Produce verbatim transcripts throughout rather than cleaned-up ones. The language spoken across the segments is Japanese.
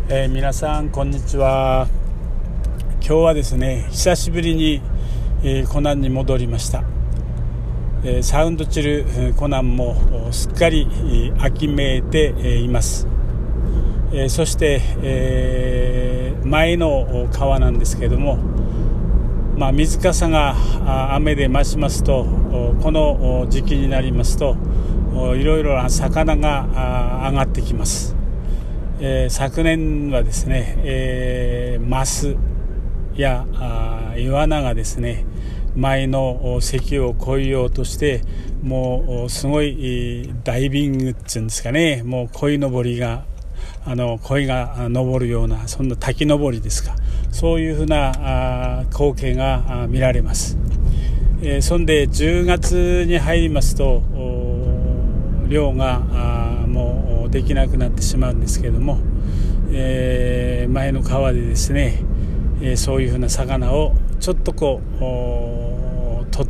えー、皆さんこんにちは。今日はですね、久しぶりに、えー、コナンに戻りました。えー、サウンドチルコナンもすっかり、えー、秋めいて、えー、います。えー、そして、えー、前の川なんですけども、まあ、水かさが雨で増しますと、この時期になりますといろいろな魚が上がってきます。えー、昨年はですね、えー、マスやイワナがですね、前の堰を越えようとしてもうすごいダイビングっていうんですかね、もう鯉のぼりがあの鯉が登るような、そんな滝登りですか、そういうふうな光景が見られます。えー、そんでじゅうがつに入りますと漁がもうできなくなってしまうんですけれども、えー、前の川でですね、えー、そういうふうな魚をちょっとこう取って、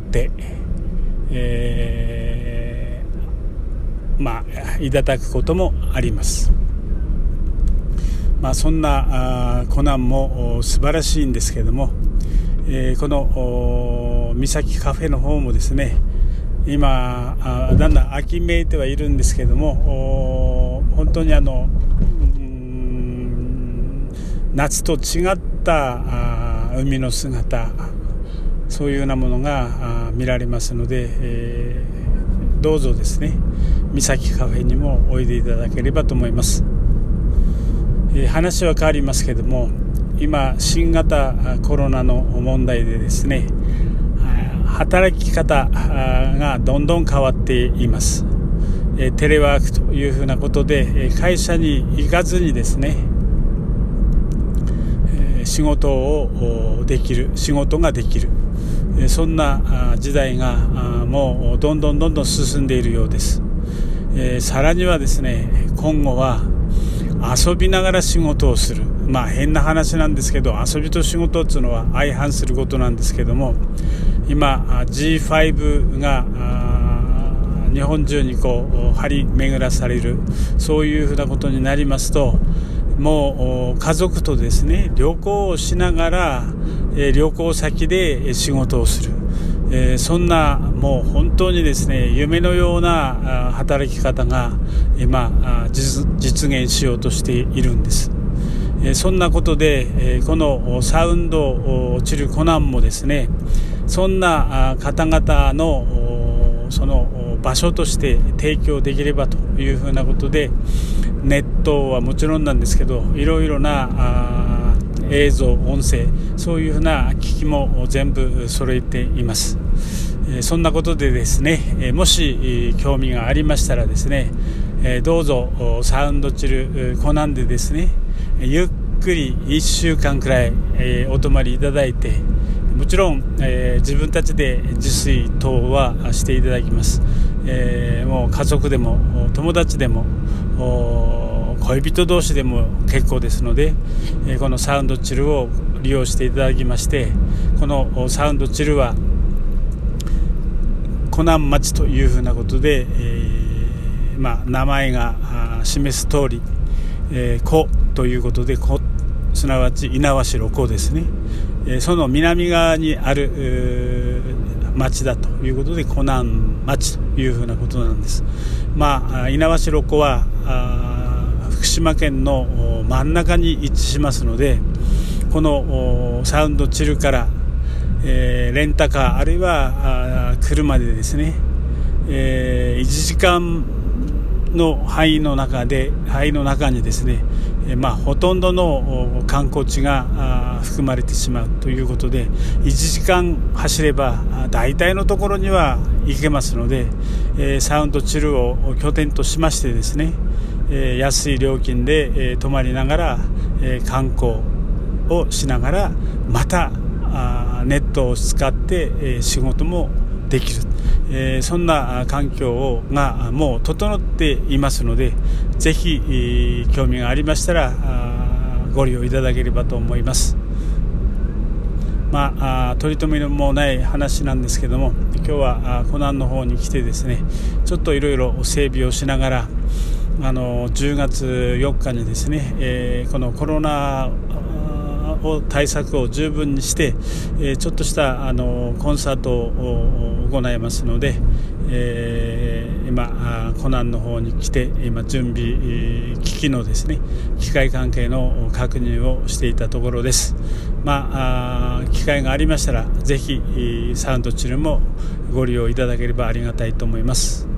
えー、まあいただくこともあります。まあ、そんなコナンも素晴らしいんですけれども、えー、この三崎カフェの方もですね、今だんだん秋めいてはいるんですけれども、本当にあの夏と違った海の姿、そういうようなものが見られますので、えー、どうぞですね、三崎カフェにもおいでいただければと思います。えー、話は変わりますけれども、今新型コロナの問題でですね、働き方がどんどん変わっています。テレワークというふうなことで会社に行かずにですね、仕事をできる、仕事ができる、そんな時代がもうどんどんどんどん進んでいるようです。さらにはですね、今後は遊びながら仕事をする、まあ変な話なんですけど、遊びと仕事っていうのは相反することなんですけども、今 ジーファイブ が日本中にこう張り巡らされる、そういうふうなことになりますと、もう家族とですね旅行をしながら、えー、旅行先で仕事をする、えー、そんなもう本当にですね夢のような働き方が今 実, 実現しようとしているんです。えー、そんなことで、えー、このサウンドチルコナンもですね、そんな方々のその場所として提供できればというふうなことで、ネットはもちろんなんですけど、いろいろな映像、音声、そういうふうな機器も全部揃えています。そんなことでですね、もし興味がありましたらですね、どうぞサウンドチルコナンでですね、ゆっくりいっしゅうかんくらいお泊まりいただいて、もちろん、えー、自分たちで自炊等はしていただきます。えー、もう家族でも友達でも恋人同士でも結構ですので、えー、このサウンドチルを利用していただきまして、このサウンドチルはコナン町というふうなことで、えーまあ、名前が示す通り、えー、湖ということで、湖すなわち猪苗代湖ですね、その南側にある町だということでコナン町というふうなことなんです。まあ、猪苗代湖は福島県の真ん中に位置しますので、このサウンドチルから、えー、レンタカーあるいは車でですね、えー、いちじかんの範囲の中で範囲の中にですね、まあ、ほとんどの観光地が含まれてしまうということで、いちじかん走れば大体のところには行けますので、えー、サウンドチルを拠点としましてですね、えー、安い料金で、えー、泊まりながら、えー、観光をしながら、またあネットを使って、えー、仕事もできる、えー、そんな環境がもう整っていますので、ぜひ、えー、興味がありましたらご利用いただければと思います。まあ、あ取り留めもない話なんですけども、今日はコナンの方に来てですね、ちょっといろいろ整備をしながら、 あのじゅうがつよっかにですね、えー、このコロナを対策を十分にして、えー、ちょっとしたあのコンサートを行いますので、えー、今コナンの方に来て今準備機器のですね機械関係の確認をしていたところです。まあ、あ機会がありましたらぜひサウンドチルもご利用いただければありがたいと思います。